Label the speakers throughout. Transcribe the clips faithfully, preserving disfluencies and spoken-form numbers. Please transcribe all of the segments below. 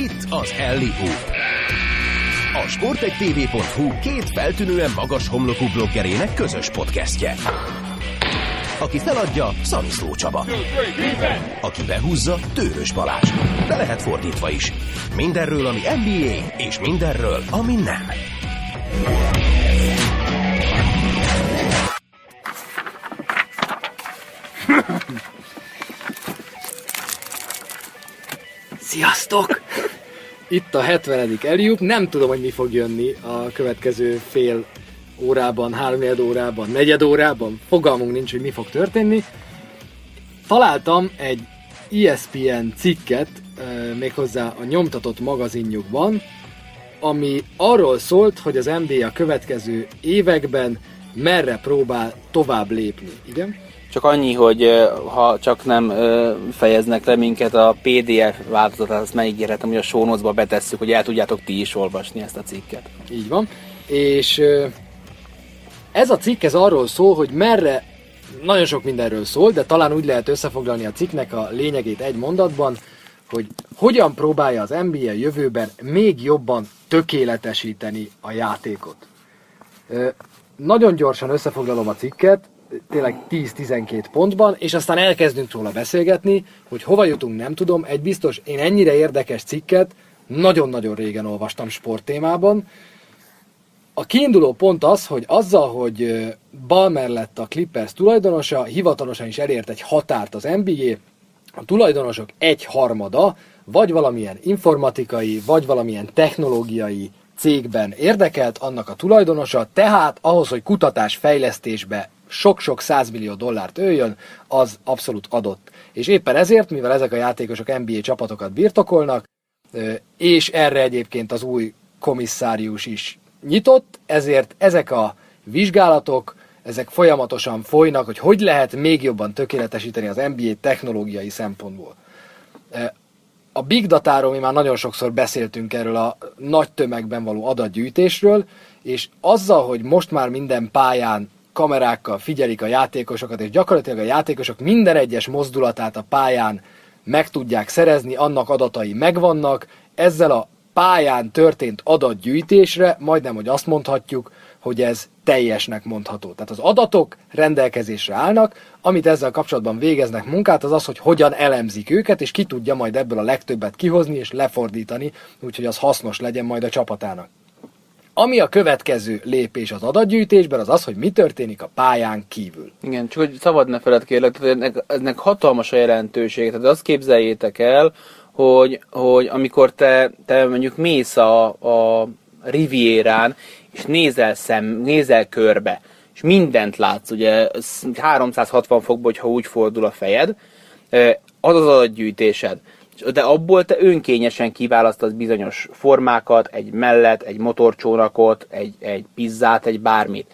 Speaker 1: Itt az Alley-oop, a sportegy té vé pont hú két feltűnően magas homlokú bloggerének közös podcastje. Aki feladja, Szaniszló Csaba. Aki behúzza, Tőrös Balázs. De lehet fordítva is. Mindenről, ami en bé á, és mindenről, ami nem.
Speaker 2: Sziasztok! Itt a hetvenedik Alley-oop. Nem tudom, hogy mi fog jönni a következő fél órában, háromnegyed órában, negyed órában. Fogalmunk nincs, hogy mi fog történni. Találtam egy é es pé en cikket, méghozzá a nyomtatott magazinjukban, ami arról szólt, hogy az en bé á a következő években merre próbál tovább lépni. Igen?
Speaker 3: Csak annyi, hogy ha csak nem fejeznek le minket a pé dé ef változatát, azt megígérhetem, hogy a show notes-ba betesszük, hogy el tudjátok ti is olvasni ezt a cikket.
Speaker 2: Így van. És ez a cikk ez arról szól, hogy merre, nagyon sok mindenről szól, de talán úgy lehet összefoglalni a cikknek a lényegét egy mondatban, hogy hogyan próbálja az en bé á jövőben még jobban tökéletesíteni a játékot. Nagyon gyorsan összefoglalom a cikket, tényleg tíz-tizenkét pontban, és aztán elkezdünk róla beszélgetni, hogy hova jutunk, nem tudom. Egy biztos, én ennyire érdekes cikket nagyon-nagyon régen olvastam sporttémában. A kiinduló pont az, hogy azzal, hogy Ballmer lett a Clippers tulajdonosa, hivatalosan is elért egy határt az en bé á, a tulajdonosok egy harmada, vagy valamilyen informatikai, vagy valamilyen technológiai cégben érdekelt, annak a tulajdonosa, tehát ahhoz, hogy kutatás-fejlesztésbe sok-sok százmillió dollárt öljön, az abszolút adott. És éppen ezért, mivel ezek a játékosok en bé á csapatokat birtokolnak, és erre egyébként az új komisszárius is nyitott, ezért ezek a vizsgálatok, ezek folyamatosan folynak, hogy hogy lehet még jobban tökéletesíteni az en bé á technológiai szempontból. A Big Datáról mi már nagyon sokszor beszéltünk, erről a nagy tömegben való adatgyűjtésről, és azzal, hogy most már minden pályán kamerákkal figyelik a játékosokat, és gyakorlatilag a játékosok minden egyes mozdulatát a pályán meg tudják szerezni, annak adatai megvannak, ezzel a pályán történt adatgyűjtésre majdnem, hogy azt mondhatjuk, hogy ez teljesnek mondható. Tehát az adatok rendelkezésre állnak, amit ezzel kapcsolatban végeznek munkát, az az, hogy hogyan elemzik őket, és ki tudja majd ebből a legtöbbet kihozni és lefordítani, úgyhogy az hasznos legyen majd a csapatának. Ami a következő lépés az adatgyűjtésben, az az, hogy mi történik a pályán kívül.
Speaker 3: Igen, csak hogy szabad ne feled kérlek, ennek, ennek hatalmas a jelentőség. Tehát azt képzeljétek el, hogy, hogy amikor te, te mondjuk mész a, a Rivierán, és nézel, szem, nézel körbe, és mindent látsz, ugye háromszázhatvan fokban, hogyha úgy fordul a fejed, az az adatgyűjtésed. De abból te önkényesen kiválasztasz bizonyos formákat, egy mellet, egy motorcsónakot, egy, egy pizzát, egy bármit.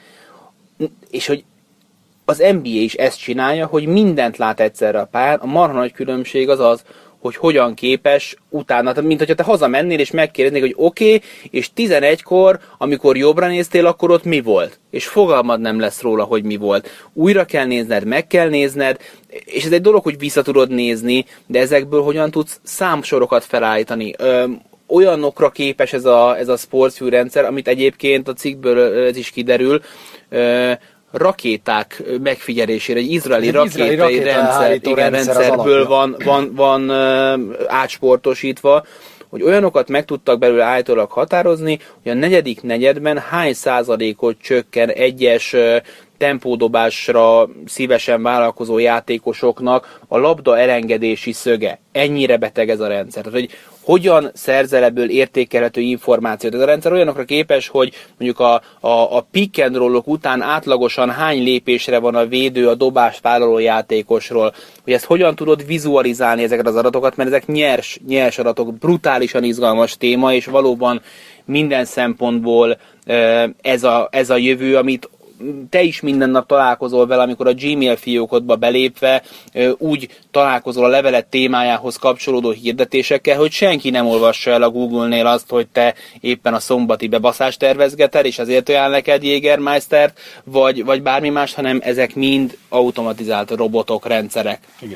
Speaker 3: És hogy az en bé á is ezt csinálja, hogy mindent lát egyszerre a pályán. A marha nagy különbség az az, hogy hogyan képes utána, mint hogyha te hazamennél és megkérdeznék, hogy oké, okay, és tizenegykor, amikor jobbra néztél, akkor ott mi volt? És fogalmad nem lesz róla, hogy mi volt. Újra kell nézned, meg kell nézned, és ez egy dolog, hogy vissza tudod nézni, de ezekből hogyan tudsz számsorokat felállítani. Ö, olyanokra képes ez a, ez a SportsView rendszer, amit egyébként a cikkből ez is kiderül, ö, rakéták megfigyelésére, egy izraeli, egy rakétai izraeli rendszer, igen, rendszer rendszerből van, van, van uh, átsportosítva, hogy olyanokat meg tudtak belőle állítólag határozni, hogy a negyedik negyedben hány százalékot csökken egyes uh, tempódobásra szívesen vállalkozó játékosoknak a labda elengedési szöge. Ennyire beteg ez a rendszer. Tehát, hogy hogyan szerzel ebből értékelhető információt. Ez a rendszer olyanokra képes, hogy mondjuk a, a, a pick and rollok után átlagosan hány lépésre van a védő a dobást vállaló játékosról, hogy ezt hogyan tudod vizualizálni ezeket az adatokat, mert ezek nyers, nyers adatok, brutálisan izgalmas téma, és valóban minden szempontból ez a, ez a jövő, amit te is minden nap találkozol vele, amikor a Gmail fiókodba belépve úgy találkozol a levelet témájához kapcsolódó hirdetésekkel, hogy senki nem olvassa el a Google-nél azt, hogy te éppen a szombati bebaszást tervezgeted, és azért olyan neked Jägermeistert, vagy, vagy bármi más, hanem ezek mind automatizált robotok, rendszerek.
Speaker 2: Igen.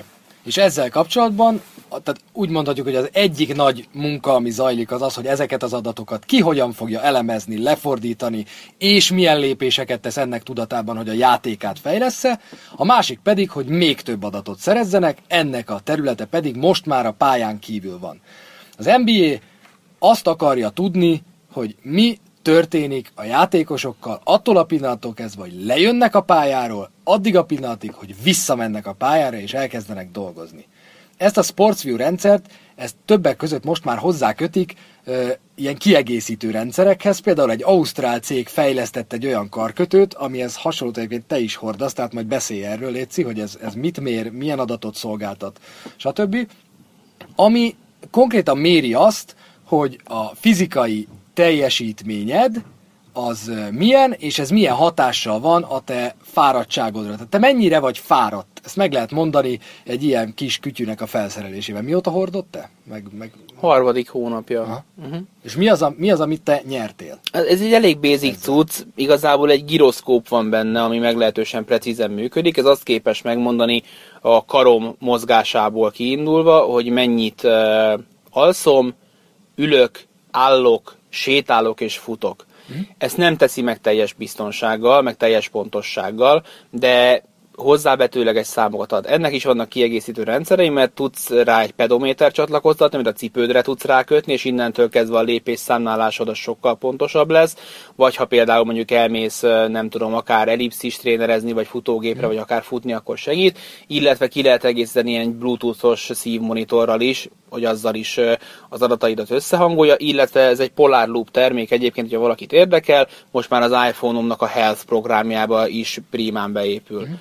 Speaker 2: És ezzel kapcsolatban, tehát úgy mondhatjuk, hogy az egyik nagy munka, ami zajlik, az az, hogy ezeket az adatokat ki hogyan fogja elemezni, lefordítani, és milyen lépéseket tesz ennek tudatában, hogy a játékát fejlessze, a másik pedig, hogy még több adatot szerezzenek, ennek a területe pedig most már a pályán kívül van. Az en bé á azt akarja tudni, hogy mi történik a játékosokkal attól a pillanattól kezdve, hogy lejönnek a pályáról, addig a pillanatig, hogy visszamennek a pályára és elkezdenek dolgozni. Ezt a SportsView rendszert, ezt többek között most már hozzákötik ö, ilyen kiegészítő rendszerekhez. Például egy ausztrál cég fejlesztett egy olyan karkötőt, amihez hasonlót egyébként te is hordasz, tehát majd beszélj erről, Léci, hogy ez, ez mit mér, milyen adatot szolgáltat, stb. Ami konkrétan méri azt, hogy a fizikai teljesítményed az milyen, és ez milyen hatással van a te fáradtságodra. Tehát te mennyire vagy fáradt? Ezt meg lehet mondani egy ilyen kis kütyűnek a felszerelésében. Mióta hordott te? Meg, meg...
Speaker 3: Harmadik hónapja.
Speaker 2: Uh-huh. És mi az, a, mi az, amit te nyertél?
Speaker 3: Ez egy elég basic cucc, igazából egy giroszkóp van benne, ami meglehetősen precízen működik. Ez azt képes megmondani a karom mozgásából kiindulva, hogy mennyit uh, alszom, ülök, állok, sétálok és futok. Ezt nem teszi meg teljes biztonsággal, meg teljes pontossággal, de hozzávetőleges számokat ad. Ennek is vannak kiegészítő rendszerei, mert tudsz rá egy pedométer csatlakoztatni, amit a cipődre tudsz rákötni, és innentől kezdve a lépésszámlálásod az sokkal pontosabb lesz, vagy ha például mondjuk elmész, nem tudom, akár ellipszis trénerezni, vagy futógépre, vagy akár futni, akkor segít, illetve ki lehet egészíteni ilyen bluetoothos szívmonitorral is, hogy azzal is az adataidat összehangolja, illetve ez egy Polar Loop termék egyébként, hogyha valakit érdekel, most már az iPhone-omnak a Health programjába is primán beépül. Uh-huh.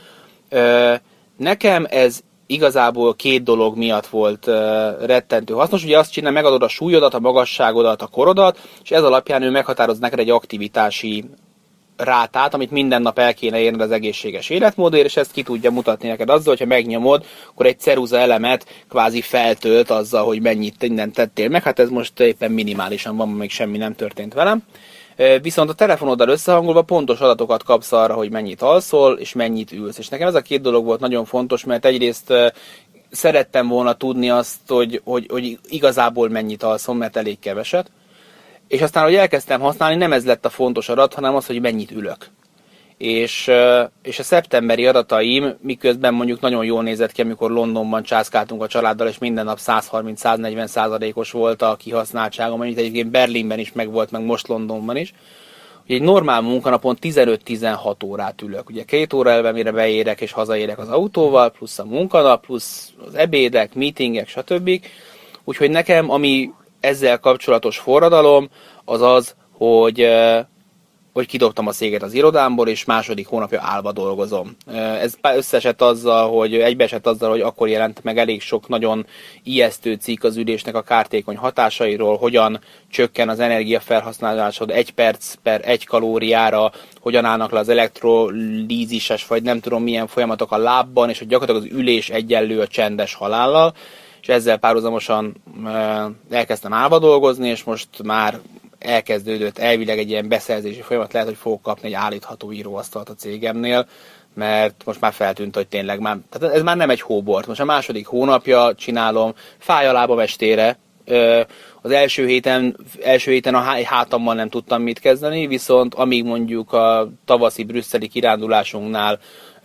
Speaker 3: Nekem ez igazából két dolog miatt volt rettentő hasznos. Ugye azt csinál, megadod a súlyodat, a magasságodat, a korodat, és ez alapján ő meghatároz neked egy aktivitási rátát, amit minden nap el kéne érned az egészséges életmódért, és ezt ki tudja mutatni neked azzal, hogyha megnyomod, akkor egy ceruza elemet kvázi feltölt azzal, hogy mennyit innen tettél meg. Hát ez most éppen minimálisan van, még semmi nem történt velem. Viszont a telefonoddal összehangolva pontos adatokat kapsz arra, hogy mennyit alszol, és mennyit ülsz. És nekem ez a két dolog volt nagyon fontos, mert egyrészt szerettem volna tudni azt, hogy, hogy, hogy igazából mennyit alszom, mert elég keveset. És aztán, hogy elkezdtem használni, nem ez lett a fontos adat, hanem az, hogy mennyit ülök. És, és a szeptemberi adataim, miközben mondjuk nagyon jól nézett ki, amikor Londonban császkáltunk a családdal, és minden nap száz harminc-száznegyven százalékos volt a kihasználtságom, amit egyébként Berlinben is megvolt, meg most Londonban is. Ugye egy normál munkanapon tizenöt-tizenhat órát ülök. Ugye két óra elve, mire beérek és hazaérek az autóval, plusz a munkanap, plusz az ebédek, meetingek, stb. Úgyhogy nekem, ami ezzel kapcsolatos forradalom, az az, hogy, hogy kidobtam a széket az irodámból, és második hónapja állva dolgozom. Ez összeesett azzal, hogy egybeesett azzal, hogy akkor jelent meg elég sok nagyon ijesztő cikk az ülésnek a kártékony hatásairól, hogyan csökken az energiafelhasználásod egy perc per egy kalóriára, hogyan állnak le az elektrolízises, vagy nem tudom milyen folyamatok a lábban, és hogy gyakorlatilag az ülés egyenlő a csendes halállal, és ezzel párhuzamosan elkezdtem állva dolgozni, és most már elkezdődött elvileg egy ilyen beszerzési folyamat, lehet, hogy fogok kapni egy állítható íróasztalt a cégemnél, mert most már feltűnt, hogy tényleg már, tehát ez már nem egy hóbort, most a második hónapja csinálom, fáj a lábam estére, az első héten, első héten a hátammal nem tudtam mit kezdeni, viszont amíg mondjuk a tavaszi brüsszeli kirándulásunknál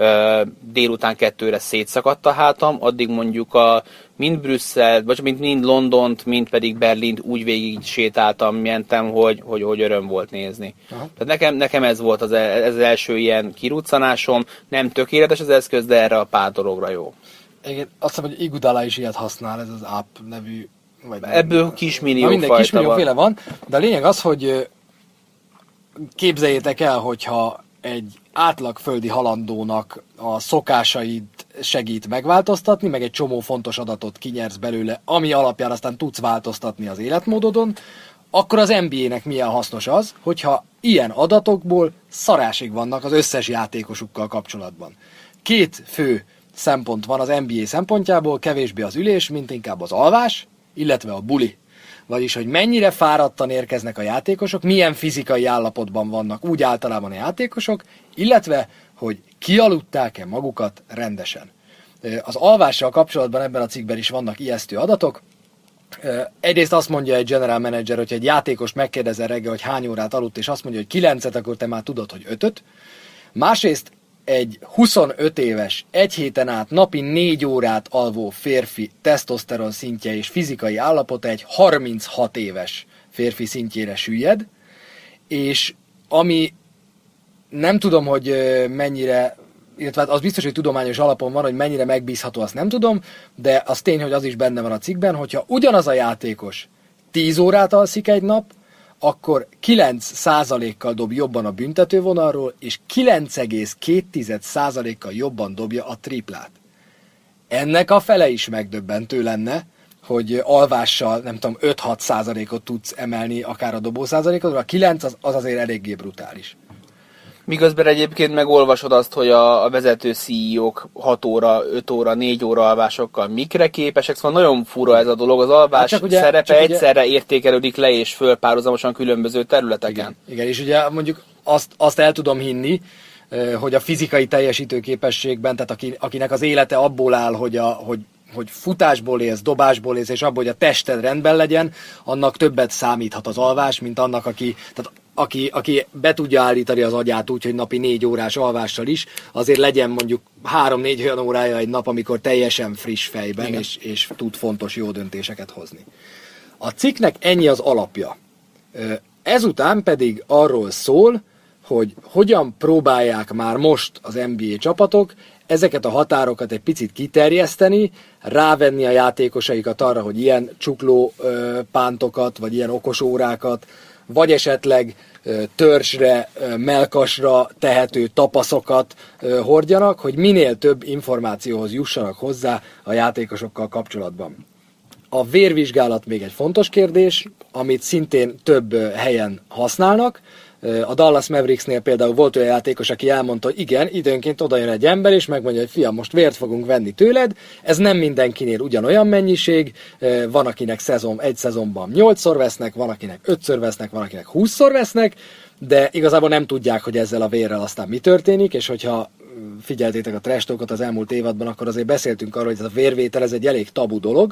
Speaker 3: délután kettőre szétszakadt a hátam, addig mondjuk a mind Brüsszel, vagy mind, mind Londont, mind pedig Berlint úgy végig sétáltam, mentem, hogy, hogy, hogy öröm volt nézni. Aha. Tehát nekem, nekem ez volt az, ez az első ilyen kiruccanásom, nem tökéletes az eszköz, de erre a pár dologra jó.
Speaker 2: Igen, azt hiszem, hogy Iguodala is ilyet használ, ez az app nevű. Vagy
Speaker 3: ebből nem, kismillió
Speaker 2: minden
Speaker 3: fajta
Speaker 2: kismillióféle van. van, de a lényeg az, hogy képzeljétek el, hogyha egy átlag földi halandónak a szokásait segít megváltoztatni, meg egy csomó fontos adatot kinyersz belőle, ami alapján aztán tudsz változtatni az életmódodon, akkor az en bé á-nek milyen hasznos az, hogyha ilyen adatokból szarásig vannak az összes játékosukkal kapcsolatban. Két fő szempont van az en bé á szempontjából, kevésbé az ülés, mint inkább az alvás, illetve a buli. Vagyis, hogy mennyire fáradtan érkeznek a játékosok, milyen fizikai állapotban vannak úgy általában a játékosok, illetve, hogy kialudták-e magukat rendesen. Az alvással kapcsolatban ebben a cikkben is vannak ijesztő adatok. Egyrészt azt mondja egy general manager, hogy egy játékos megkérdezel reggel, hogy hány órát aludt, és azt mondja, hogy kilencet, akkor te már tudod, hogy ötöt. Másrészt egy huszonöt éves, egy héten át napi négy órát alvó férfi tesztoszteron szintje és fizikai állapota egy harminchat éves férfi szintjére süllyed, és ami nem tudom, hogy mennyire, illetve az biztos, hogy tudományos alapon van, hogy mennyire megbízható, azt nem tudom, de az tény, hogy az is benne van a cikkben, hogyha ugyanaz a játékos tíz órát alszik egy nap, akkor kilenc százalékkal dob jobban a büntetővonalról, és kilenc egész két százalékkal jobban dobja a triplát. Ennek a fele is megdöbbentő lenne, hogy alvással, nem tudom, öt-hat százalékot tudsz emelni akár a dobó százalékot, a kilenc az, az azért eléggé brutális.
Speaker 3: Miközben egyébként megolvasod azt, hogy a, a vezető cé í ók hat óra, öt óra, négy óra alvásokkal mikre képesek, szóval nagyon fura ez a dolog. Az alvás hát ugye, szerepe egyszerre ugye... értékelődik le és föl párhuzamosan különböző területeken.
Speaker 2: Igen, igen, és ugye mondjuk azt, azt el tudom hinni, hogy a fizikai teljesítőképességben, tehát aki, akinek az élete abból áll, hogy, a, hogy, hogy futásból élsz, dobásból élsz, és abból, hogy a tested rendben legyen, annak többet számíthat az alvás, mint annak, aki... Tehát Aki, aki be tudja állítani az agyát úgy, hogy napi négy órás alvással is, azért legyen mondjuk három-négy olyan órája egy nap, amikor teljesen friss fejben, és, és tud fontos jó döntéseket hozni. A cikknek ennyi az alapja. Ezután pedig arról szól, hogy hogyan próbálják már most az en bé á csapatok ezeket a határokat egy picit kiterjeszteni, rávenni a játékosaikat arra, hogy ilyen csukló pántokat, vagy ilyen okos órákat, vagy esetleg törzsre, mellkasra tehető tapaszokat hordjanak, hogy minél több információhoz jussanak hozzá a játékosokkal kapcsolatban. A vérvizsgálat még egy fontos kérdés, amit szintén több helyen használnak. A Dallas Mavericksnél például volt olyan játékos, aki elmondta, hogy igen, időnként oda jön egy ember, és megmondja, hogy fiam, most vért fogunk venni tőled. Ez nem mindenkinél ugyanolyan mennyiség, van akinek szezon, egy szezonban nyolcszor vesznek, van akinek ötször vesznek, van akinek húszszor vesznek, de igazából nem tudják, hogy ezzel a vérrel aztán mi történik, és hogyha figyeltétek a trash talkot az elmúlt évadban, akkor azért beszéltünk arról, hogy ez a vérvétel ez egy elég tabu dolog,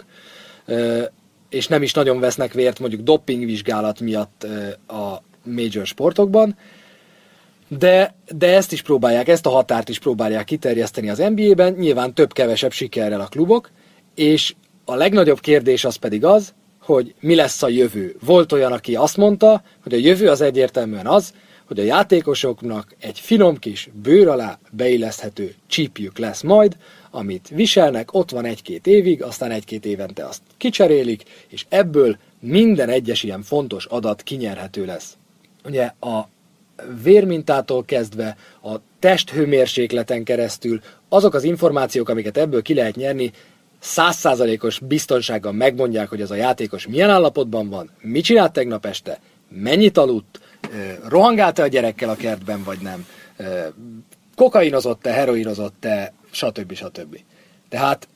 Speaker 2: és nem is nagyon vesznek vért mondjuk dopingvizsgálat miatt a major sportokban, de, de ezt is próbálják, ezt a határt is próbálják kiterjeszteni az en bé á-ben, nyilván több-kevesebb sikerrel a klubok, és a legnagyobb kérdés az pedig az, hogy mi lesz a jövő. Volt olyan, aki azt mondta, hogy a jövő az egyértelműen az, hogy a játékosoknak egy finom kis bőr alá beilleszthető csípjük lesz majd, amit viselnek, ott van egy-két évig, aztán egy-két évente azt kicserélik, és ebből minden egyes ilyen fontos adat kinyerhető lesz. Ugye a vérmintától kezdve a testhőmérsékleten keresztül azok az információk, amiket ebből ki lehet nyerni, száz százalékos biztonsággal megmondják, hogy az a játékos milyen állapotban van, mit csinált tegnap este, mennyit aludt, rohangált-e a gyerekkel a kertben, vagy nem, kokainozott-e, heroinozott-e, stb. stb. Tehát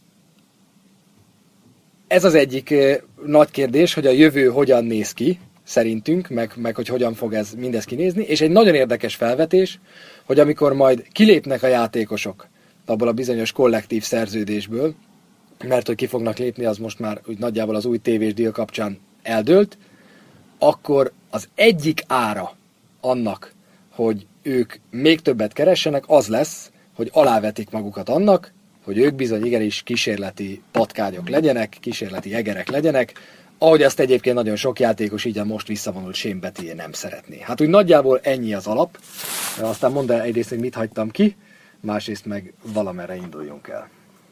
Speaker 2: ez az egyik nagy kérdés, hogy a jövő hogyan néz ki, szerintünk, meg, meg hogy hogyan fog ez mindez kinézni, és egy nagyon érdekes felvetés, hogy amikor majd kilépnek a játékosok abból a bizonyos kollektív szerződésből, mert hogy ki fognak lépni, az most már úgy nagyjából az új tévés díj kapcsán eldőlt, akkor az egyik ára annak, hogy ők még többet keressenek, az lesz, hogy alávetik magukat annak, hogy ők bizony igenis kísérleti patkányok legyenek, kísérleti egerek legyenek, ahogy ezt egyébként nagyon sok játékos így a most visszavonult Shane Battier nem szeretné. Hát úgy nagyjából ennyi az alap, aztán mondd el egyrészt, hogy mit hagytam ki, másrészt meg valamerre induljunk el.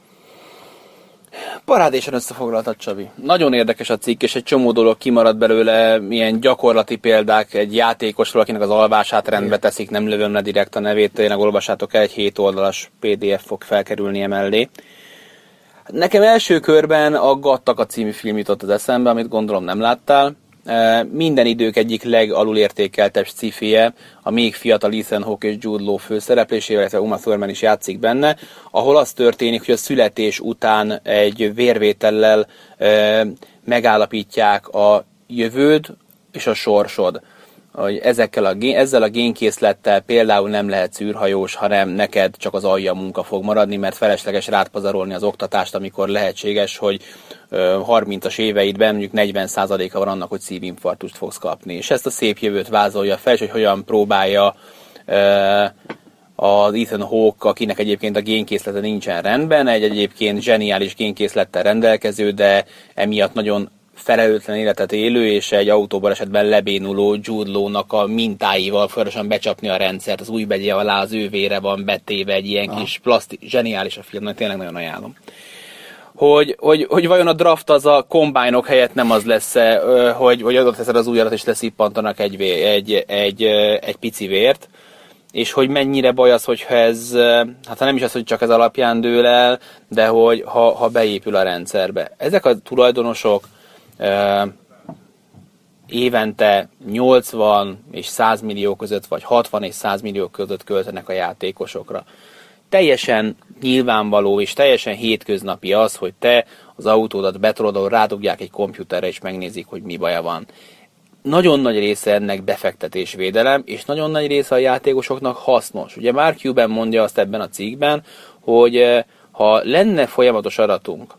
Speaker 3: Parádésen összefoglaltad, Csabi. Nagyon érdekes a cikk, és egy csomó dolog kimarad belőle, milyen gyakorlati példák egy játékosról, akinek az alvását rendbe teszik, nem lövöm le direkt a nevét, tényleg olvassátok el, egy hét oldalas pé dé ef fog felkerülni emellé. Nekem első körben a Gattak a című film jutott az eszembe, amit gondolom nem láttál. Minden idők egyik legalulértékeltebb sci-fije, a még fiatal Ethan Hawke és Jude Law főszereplésével, illetve Uma Thurman is játszik benne, ahol az történik, hogy a születés után egy vérvétellel e, megállapítják a jövőd és a sorsod. hogy ezekkel a, ezzel a génkészlettel például nem lehetsz űrhajós, hanem neked csak az alja munka fog maradni, mert felesleges rád pazarolni az oktatást, amikor lehetséges, hogy harmincas éveidben mondjuk negyven százaléka van annak, hogy szívinfarktust fogsz kapni. És ezt a szép jövőt vázolja fel, és hogy hogyan próbálja az Ethan Hawke, akinek egyébként a génkészlete nincsen rendben, egy egyébként zseniális génkészlettel rendelkező, de emiatt nagyon felelőtlen életet élő, és egy autóbalesetben lebénuló Jude Law-nak a mintáival folyamatosan becsapni a rendszert, az új begye alá az ő vére van betéve, egy ilyen ah. kis plastik, zseniális a film, tényleg nagyon ajánlom. Hogy, hogy, hogy vajon a draft az a combine-ok helyett nem az lesz, hogy, hogy adott teszed az ujjadat, és leszippantanak egy, egy, egy, egy pici vért, és hogy mennyire baj az, hogyha ez, hát nem is az, hogy csak ez alapján dől el, de hogy ha, ha beépül a rendszerbe. Ezek a tulajdonosok uh, évente nyolcvan és száz millió között, vagy hatvan és száz millió között költenek a játékosokra. Teljesen nyilvánvaló és teljesen hétköznapi az, hogy te az autódat betolod, rádugják egy komputerre, és megnézik, hogy mi baja van. Nagyon nagy része ennek befektetésvédelem, és nagyon nagy része a játékosoknak hasznos. Ugye Mark Cuban mondja azt ebben a cikkben, hogy ha lenne folyamatos adatunk,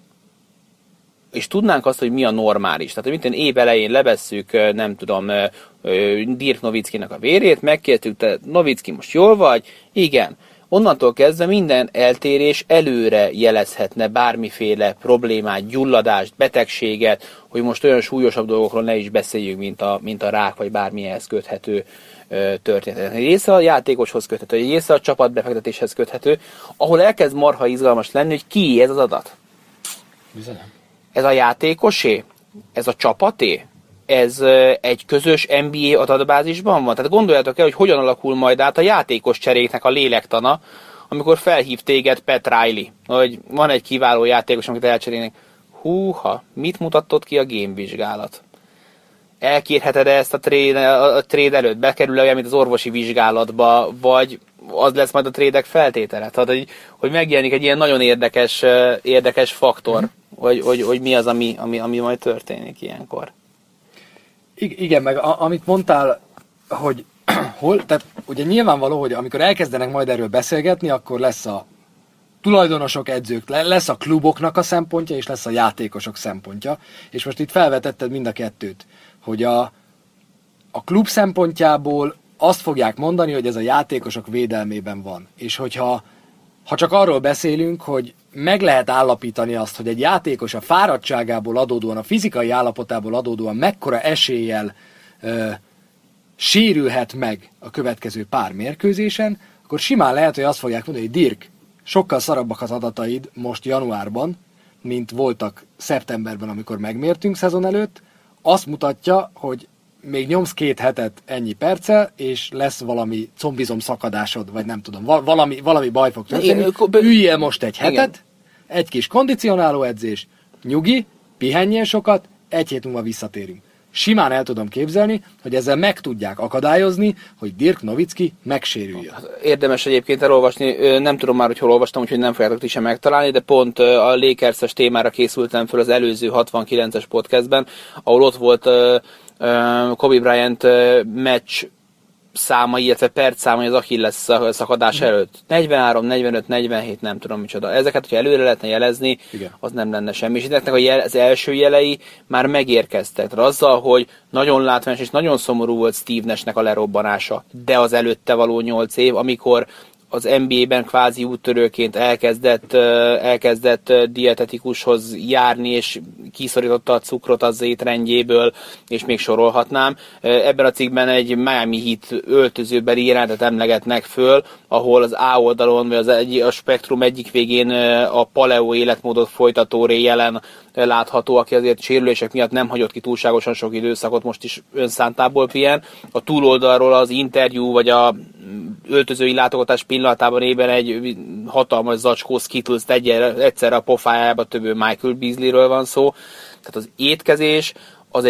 Speaker 3: és tudnánk azt, hogy mi a normális. Tehát, mint év elején levesszük, nem tudom, Dirk Nowitzkinak a vérét, megkértük, te Nowitzki, most jól vagy? Igen. Onnantól kezdve minden eltérés előre jelezhetne bármiféle problémát, gyulladást, betegséget, hogy most olyan súlyosabb dolgokról ne is beszéljünk, mint a, mint a rák, vagy bármilyenhez köthető ö, történet. Egy része a játékoshoz köthető, egy része a csapatbefektetéshez köthető, ahol elkezd marha izgalmas lenni, hogy ki ez az adat.
Speaker 2: Bizonyám.
Speaker 3: Ez a játékosé? Ez a csapaté? Ez egy közös en bé á adatbázisban van? Tehát gondoljátok el, hogy hogyan alakul majd át a játékos cseréknek a lélektana, amikor felhív téged Pat Riley, hogy van egy kiváló játékos, amit elcserélnek. Húha, mit mutatott ki a gémvizsgálat? Elkérheted-e ezt a trade, a trade előtt? Bekerül-e olyan, mint az orvosi vizsgálatba, vagy az lesz majd a trédek feltétele? Tehát, hogy, hogy megjelenik egy ilyen nagyon érdekes, érdekes faktor, mm. hogy, hogy, hogy mi az, ami, ami, ami majd történik ilyenkor.
Speaker 2: I- igen, meg a, amit mondtál, hogy hol, tehát ugye nyilvánvaló, hogy amikor elkezdenek majd erről beszélgetni, akkor lesz a tulajdonosok, edzők, lesz a kluboknak a szempontja, és lesz a játékosok szempontja. És most itt felvetetted mind a kettőt, hogy a, a klub szempontjából azt fogják mondani, hogy ez a játékosok védelmében van. És hogyha ha csak arról beszélünk, hogy meg lehet állapítani azt, hogy egy játékos a fáradtságából adódóan, a fizikai állapotából adódóan mekkora eséllyel ö, sérülhet meg a következő pár mérkőzésen, akkor simán lehet, hogy azt fogják mondani, hogy Dirk, sokkal szarabbak az adataid most januárban, mint voltak szeptemberben, amikor megmértünk szezon előtt. Azt mutatja, hogy még nyomsz két hetet ennyi perccel, és lesz valami combizom szakadásod, vagy nem tudom, valami, valami baj fog történni. Üljél most egy hetet, igen. Egy kis kondicionáló edzés, nyugi, pihenjél sokat, egy hét múlva visszatérünk. Simán el tudom képzelni, hogy ezzel meg tudják akadályozni, hogy Dirk Nowitzki megsérüljön.
Speaker 3: Érdemes egyébként elolvasni, nem tudom már, hogy hol olvastam, úgyhogy nem fogjátok ti sem megtalálni, de pont a Lakers-es témára készültem föl az előző hatvankilences podcastben, ahol ott volt Kobe Bryant meccs számai, illetve perc számai az Achilles szakadás előtt. negyvenhárom, negyvenöt, negyvenhét, nem tudom micsoda. Ezeket, hogyha előre lehetne jelezni, igen, az nem lenne semmi. És ezeknek a jel, az első jelei már megérkeztek. Azzal, hogy nagyon látványos és nagyon szomorú volt Steve Nashnek a lerobbanása, de az előtte való nyolc év, amikor az en bé á-ben kvázi úttörőként elkezdett, elkezdett dietetikushoz járni, és kiszorította a cukrot az étrendjéből, és még sorolhatnám. Ebben a cikkben egy Miami Heat öltözőbeli jelenetet emlegetnek föl, ahol az A oldalon, vagy az egy, a spektrum egyik végén a paleo életmódot folytató Ray Allen látható, aki azért sérülések miatt nem hagyott ki túlságosan sok időszakot, most is önszántából pihen. A túloldalról az interjú, vagy a öltözői látogatás pillanatában ében egy hatalmas zacskó Skittles-t egyszerre a pofájába tövő Michael Beasleyről van szó. Tehát az étkezés az egy,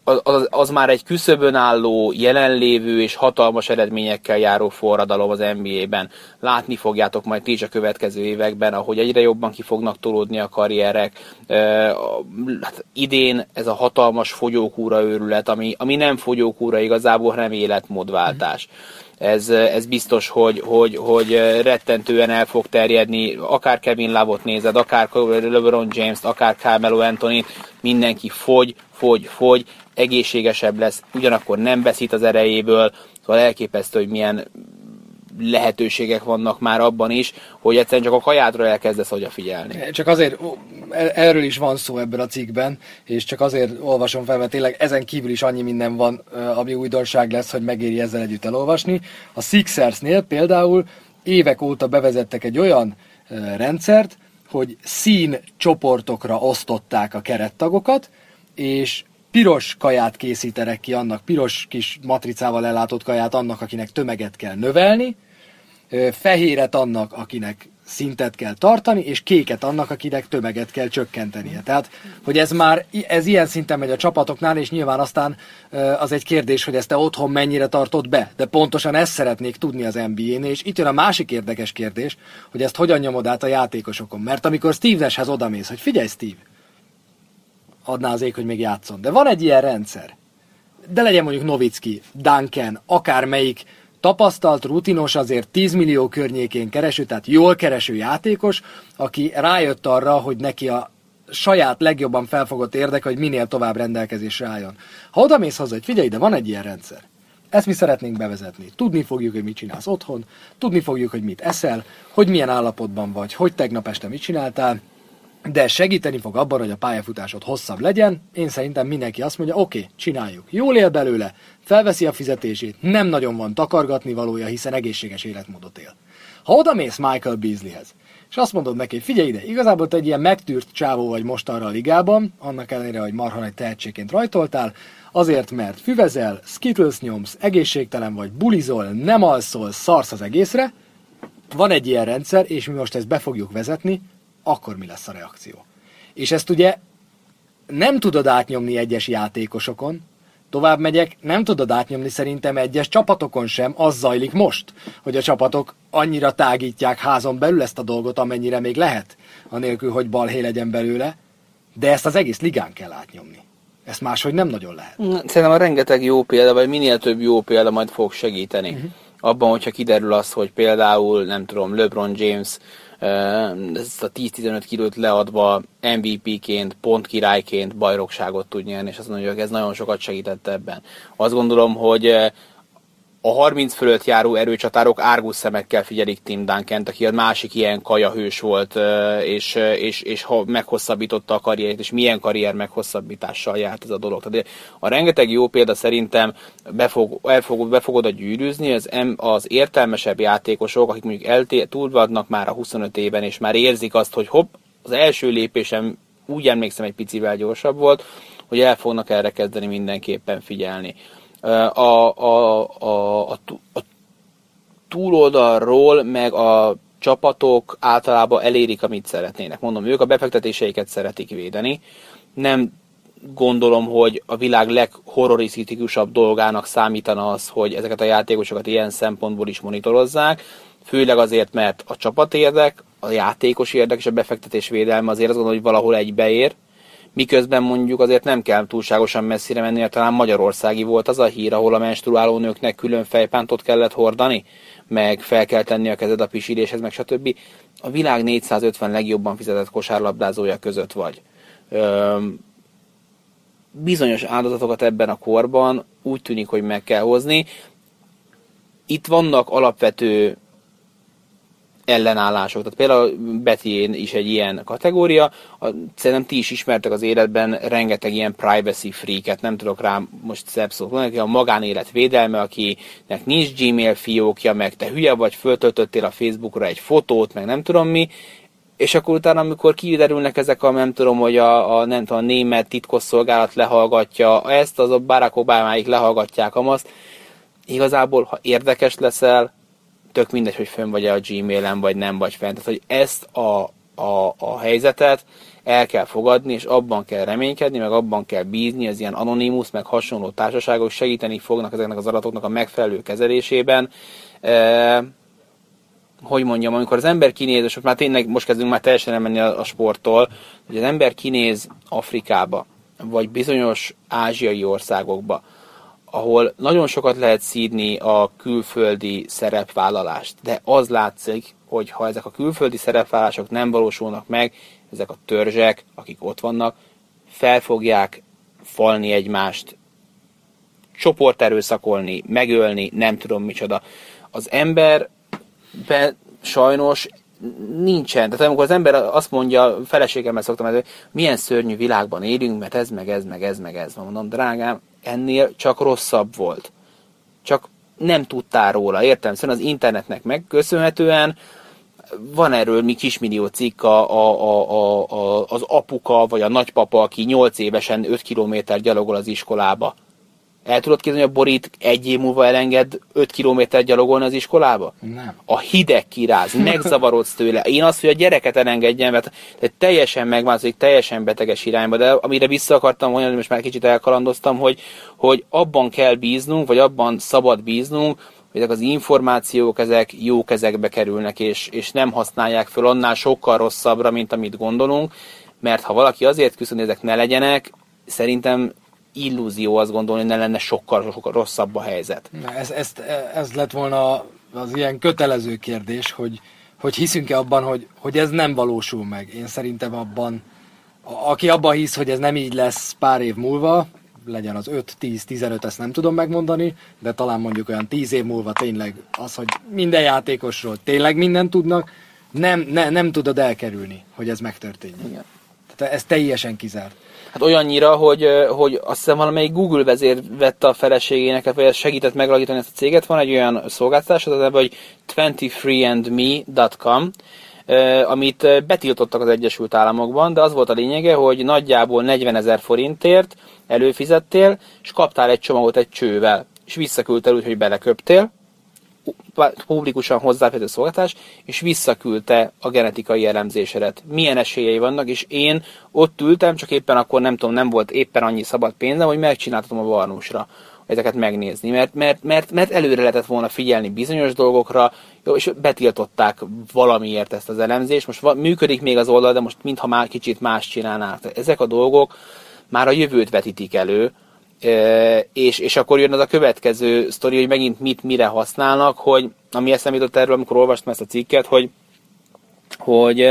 Speaker 3: az, az már egy küszöbön álló, jelenlévő és hatalmas eredményekkel járó forradalom az en bé á-ben. Látni fogjátok majd ti is a következő években, ahogy egyre jobban ki fognak tolódni a karrierek. Hát idén ez a hatalmas fogyókúra őrület, ami, ami nem fogyókúra igazából, hanem életmódváltás. Ez, ez biztos, hogy, hogy, hogy rettentően el fog terjedni, akár Kevin Love-ot nézed, akár LeBron James-t, akár Carmelo Anthony-t, mindenki fogy, fogy, fogy, egészségesebb lesz, ugyanakkor nem veszít az erejéből, szóval elképesztő, hogy milyen lehetőségek vannak már abban is, hogy egyszerűen csak a kajádra elkezdesz odafigyelni.
Speaker 2: Csak azért, erről is van szó ebben a cikkben, és csak azért olvasom fel, mert tényleg ezen kívül is annyi minden van, ami újdonság lesz, hogy megéri ezzel együtt elolvasni. A Sixersnél például évek óta bevezettek egy olyan rendszert, hogy szín csoportokra osztották a kerettagokat, és piros kaját készítenek ki annak, piros kis matricával ellátott kaját annak, akinek tömeget kell növelni, fehéret annak, akinek szintet kell tartani, és kéket annak, akinek tömeget kell csökkentenie. Tehát, hogy ez már ez ilyen szinten megy a csapatoknál, és nyilván aztán az egy kérdés, hogy ezt te otthon mennyire tartod be. De pontosan ezt szeretnék tudni az en bé á-nél, és itt jön a másik érdekes kérdés, hogy ezt hogyan nyomod át a játékosokon. Mert amikor Steve Nashhez odamész, hogy figyelj Steve, adná az ég, hogy még játszon. De van egy ilyen rendszer. De legyen mondjuk Nowitzki, Duncan, akármelyik tapasztalt, rutinos, azért tíz millió környékén kereső, tehát jól kereső játékos, aki rájött arra, hogy neki a saját legjobban felfogott érdeke, hogy minél tovább rendelkezésre álljon. Ha odamész hozzá, hogy figyelj, de van egy ilyen rendszer. Ezt mi szeretnénk bevezetni. Tudni fogjuk, hogy mit csinálsz otthon, tudni fogjuk, hogy mit eszel, hogy milyen állapotban vagy, hogy tegnap este mit csináltál, de segíteni fog abban, hogy a pályafutásod hosszabb legyen. Én szerintem mindenki azt mondja, oké, okay, csináljuk. Jól él belőle, felveszi a fizetését, nem nagyon van takargatni valója, hiszen egészséges életmódot él. Ha odamész Michael Beasleyhez, és azt mondod neki, figyelj ide, igazából te egy ilyen megtűrt csávó vagy mostanra a ligában, annak ellenére, hogy marha nagy tehetségként rajtoltál, azért, mert füvezel, skittles nyomsz, egészségtelen vagy, bulizol, nem alszol, szarsz az egészre, van egy ilyen rendszer, és mi most ezt be fogjuk vezetni, akkor mi lesz a reakció. És ezt ugye nem tudod átnyomni egyes játékosokon, tovább megyek, nem tudod átnyomni szerintem egyes csapatokon sem, az zajlik most, hogy a csapatok annyira tágítják házon belül ezt a dolgot, amennyire még lehet, anélkül, hogy balhé legyen belőle, de ezt az egész ligán kell átnyomni. Ezt máshogy nem nagyon lehet.
Speaker 3: Szerintem a rengeteg jó példa, vagy minél több jó példa majd fog segíteni. Uh-huh. Abban, hogyha kiderül az, hogy például, nem tudom, LeBron James ezt a tíz-tizenöt kilót leadva em vé pé-ként, pontkirályként bajnokságot tud nyerni, és azt mondja, hogy ez nagyon sokat segített ebben. Azt gondolom, hogy a harminc fölött járó erőcsatárok árgus szemekkel figyelik Tim Duncant, aki a másik ilyen kajahős volt, és, és, és meghosszabbította a karrierét, és milyen karrier meghosszabbítással járt ez a dolog. Tehát a rengeteg jó példa szerintem be fog, el fog, be fog oda gyűrűzni, az, az értelmesebb játékosok, akik mondjuk elté, túl vannak már a huszonöt éven, és már érzik azt, hogy hopp, az első lépésem úgy emlékszem egy picivel gyorsabb volt, hogy el fognak erre kezdeni mindenképpen figyelni. A, a, a, a, a túloldalról meg a csapatok általában elérik, amit szeretnének. Mondom, ők a befektetéseiket szeretik védeni. Nem gondolom, hogy a világ leghorrorisztikusabb dolgának számítana az, hogy ezeket a játékosokat ilyen szempontból is monitorozzák. Főleg azért, mert a csapat érdek, a játékos érdek és a befektetés védelme azért azt gondolom, hogy valahol egybeér. Miközben mondjuk azért nem kell túlságosan messzire menni, mert talán magyarországi volt az a hír, ahol a menstruáló nőknek külön fejpántot kellett hordani, meg fel kell tenni a kezed a pisiléshez, meg stb. A világ négyszázötven legjobban fizetett kosárlabdázója között vagy. Üm, bizonyos áldozatokat ebben a korban úgy tűnik, hogy meg kell hozni. Itt vannak alapvető ellenállások. Tehát például Bettyén is egy ilyen kategória. A, szerintem ti is ismertek az életben rengeteg ilyen privacy freaket, nem tudok rá most szebb szót mondani, a magánélet védelme, akinek nincs Gmail fiókja, meg te hülye vagy, föltöltöttél a Facebookra egy fotót, meg nem tudom mi, és akkor utána, amikor kiderülnek ezek a, nem tudom, hogy a, a, nem tudom, a német titkosszolgálat lehallgatja ezt, az a Barack Obamáig lehallgatják amazt, igazából, ha érdekes leszel, tök mindegy, hogy fönn vagy a Gmailen, vagy nem vagy fent. Tehát, hogy ezt a a, a helyzetet, el kell fogadni, és abban kell reménykedni, meg abban kell bízni, az ilyen Anonymous, meg hasonló társaságok segíteni fognak ezeknek az adatoknak a megfelelő kezelésében. E, hogy mondjam, amikor az ember kinéz, és már tényleg most kezdünk már teljesen elmenni a, a sporttól, hogy az ember kinéz Afrikába, vagy bizonyos ázsiai országokba, ahol nagyon sokat lehet szídni a külföldi szerepvállalást, de az látszik, hogy ha ezek a külföldi szerepvállalások nem valósulnak meg, ezek a törzsek, akik ott vannak, fel fogják falni egymást, csoporterőszakolni, megölni, nem tudom micsoda. Az emberben sajnos nincsen. Tehát amikor az ember azt mondja, feleségemmel szoktam, hogy milyen szörnyű világban élünk, mert ez, meg ez, meg ez, meg ez. Mondom, drágám, ennél csak rosszabb volt. Csak nem tudtál róla, értem? Szóval az internetnek megköszönhetően van erről mi kismillió cikk, a, a, a, a, az apuka vagy a nagypapa, aki nyolc évesen öt kilométer gyalogol az iskolába. El tudod képzelni, hogy a Borit egy év múlva elenged öt kilométer gyalogolni az iskolába?
Speaker 2: Nem.
Speaker 3: A hideg kiráz, megzavarodsz tőle. Én azt, hogy a gyereket elengedjem, mert teljesen megváltozik, teljesen beteges irányba, de amire vissza akartam mondani, most már kicsit elkalandoztam, hogy, hogy abban kell bíznunk, vagy abban szabad bíznunk, hogy ezek az információk, ezek jó kezekbe kerülnek, és, és nem használják föl annál sokkal rosszabbra, mint amit gondolunk, mert ha valaki azért küszöb, hogy ezek ne legyenek, szerintem illúzió azt gondolni, hogy ne lenne sokkal, sokkal rosszabb a helyzet.
Speaker 2: Ez, ez, ez lett volna az ilyen kötelező kérdés, hogy, hogy hiszünk-e abban, hogy, hogy ez nem valósul meg. Én szerintem abban, aki abban hisz, hogy ez nem így lesz pár év múlva, legyen az öt, tíz, tizenöt, ezt nem tudom megmondani, de talán mondjuk olyan tíz év múlva tényleg az, hogy minden játékosról tényleg mindent tudnak, nem, ne, nem tudod elkerülni, hogy ez megtörténjen.
Speaker 3: Igen.
Speaker 2: Tehát ez teljesen kizárt.
Speaker 3: Hát olyannyira, hogy, hogy azt hiszem valamelyik Google vezér vette a feleségének, vagy segített megalakítani ezt a céget. Van egy olyan szolgáltatás, az ebben, hogy twenty-three and me dot com, amit betiltottak az Egyesült Államokban, de az volt a lényege, hogy nagyjából negyvenezer forintért előfizettél, és kaptál egy csomagot egy csővel, és visszaküldtél úgy, hogy beleköptél, publikusan hozzáférhető szolgáltatás, és visszaküldte a genetikai elemzésedet. Milyen esélyei vannak, és én ott ültem, csak éppen akkor nem tudom, nem volt éppen annyi szabad pénzem, hogy megcsináltatom a Varnusra ezeket megnézni, mert, mert, mert, mert előre lehetett volna figyelni bizonyos dolgokra, jó, és betiltották valamiért ezt az elemzést. Most működik még az oldal, de most mintha már kicsit más csinálnák. Ezek a dolgok már a jövőt vetítik elő, és, és akkor jön az a következő sztori, hogy megint mit mire használnak, hogy ami eszembe jutott erről, amikor olvastam ezt a cikket, hogy, hogy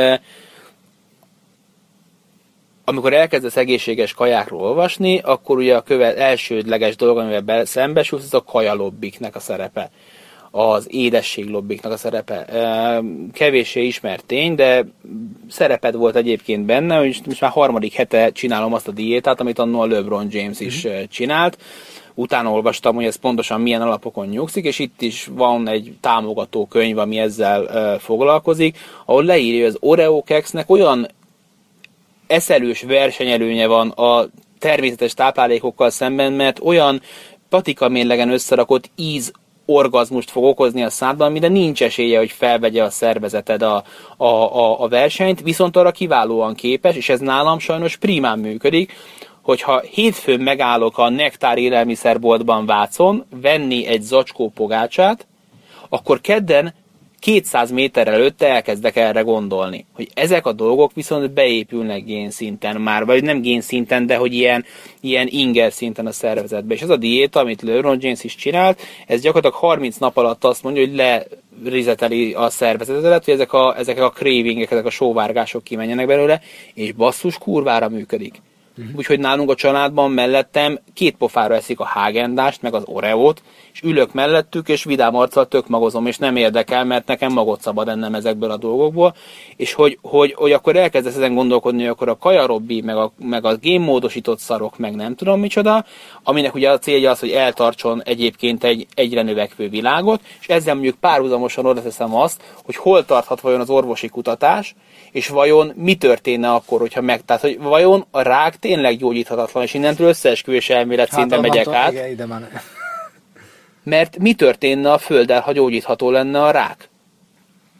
Speaker 3: amikor elkezdesz egészséges kajákról olvasni, akkor ugye a követ, elsődleges dolog, amivel szembesülsz, az a kajalobbiknek a szerepe. Az édességlobbiknak a szerepe. Kevéssé ismert tény, de szereped volt egyébként benne, hogy most már harmadik hete csinálom azt a diétát, amit annól a LeBron James is mm-hmm. csinált. Utána olvastam, hogy ez pontosan milyen alapokon nyugszik, és itt is van egy támogató könyv, ami ezzel foglalkozik, ahol leírja, hogy az Oreo keksznek olyan eszelős versenyelőnye van a természetes táplálékokkal szemben, mert olyan patikamérlegen összerakott íz orgazmust fog okozni a szádban, amire nincs esélye, hogy felvegye a szervezeted a, a, a, a versenyt, viszont arra kiválóan képes, és ez nálam sajnos primán működik, hogyha hétfőn megállok a Nektár élelmiszerboltban Vácon venni egy zacskó pogácsát, akkor kedden kétszáz méterrel előtte elkezdek erre gondolni, hogy ezek a dolgok viszont beépülnek génszinten már, vagy nem génszinten, de hogy ilyen, ilyen inger szinten a szervezetbe. És ez a diéta, amit LeBron James is csinált, ez gyakorlatilag harminc nap alatt azt mondja, hogy lerizeteli a szervezetet, hogy ezek a, ezek a cravingek, ezek a sóvárgások kimenjenek belőle, és basszus kurvára működik. Uh-huh. Úgyhogy nálunk a családban mellettem két pofára eszik a Häagen-Dazst, meg az Oreót, és ülök mellettük, és vidám arccal tök magozom, és nem érdekel, mert nekem magot szabad ennem ezekből a dolgokból, és hogy, hogy, hogy akkor elkezdesz ezen gondolkodni, hogy akkor a kajarobbi, meg a, meg a génmódosított szarok, meg nem tudom micsoda, aminek ugye a célja az, hogy eltartson egyébként egy egyre növekvő világot, és ezzel mondjuk párhuzamosan oda teszem azt, hogy hol tarthat vajon az orvosi kutatás, és vajon mi történne akkor, hogyha meg... Tehát, hogy vajon a rák tényleg gyógyíthatatlan, és innentől összeesküvés elmélet hát szinten megyek át.
Speaker 2: Igen, ide már.
Speaker 3: Mert mi történne a Földdel, ha gyógyítható lenne a rák?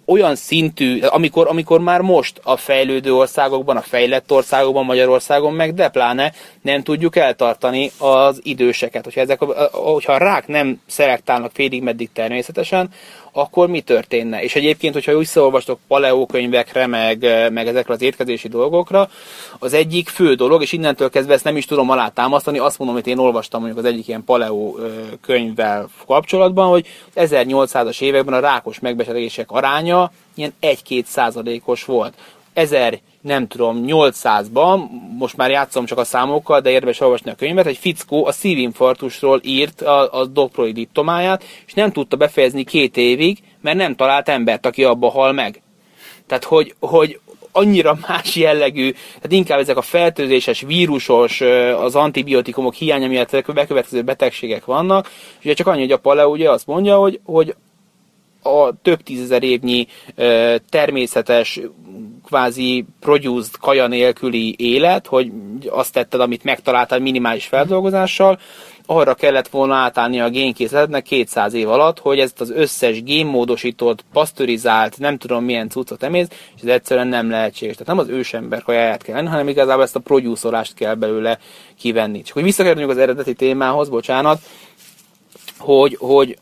Speaker 3: olyan szintű, amikor, amikor már most a fejlődő országokban, a fejlett országokban, Magyarországon meg, de pláne nem tudjuk eltartani az időseket. Hogyha, ezek, hogyha a rák nem szelektálnak félig meddig természetesen, akkor mi történne? És egyébként, hogyha visszaolvastok paleókönyvekre, meg, meg ezekre az étkezési dolgokra, az egyik fő dolog, és innentől kezdve ezt nem is tudom alátámasztani, azt mondom, hogy én olvastam mondjuk az egyik ilyen paleó könyvvel kapcsolatban, hogy ezernyolcszázas években a rákos megbetegedések aránya ilyen egy-két százalékos volt. Ezer, nem tudom, nyolcszázban, most már játszom csak a számokkal, de érdemes olvasni a könyvet, egy fickó a szívinfarktusról írt a, a doktori diplomáját, és nem tudta befejezni két évig, mert nem talált embert, aki abba hal meg. Tehát, hogy, hogy annyira más jellegű, tehát inkább ezek a fertőzéses, vírusos, az antibiotikumok hiánya miatt bekövetkező betegségek vannak, és ugye csak annyi, hogy a paleo ugye azt mondja, hogy, hogy a több tízezer évnyi természetes, kvázi produced kaja nélküli élet, hogy azt tetted, amit megtaláltál minimális feldolgozással, arra kellett volna átállni a génkészletnek kétszáz év alatt, hogy ezt az összes génmódosított, pasztörizált, nem tudom milyen cuccot emész, és ez egyszerűen nem lehetséges. Tehát nem az ősember kajáját kell lenni, hanem igazából ezt a producerolást kell belőle kivenni. Csak hogy visszakerüljünk az eredeti témához, bocsánat, hogy, hogy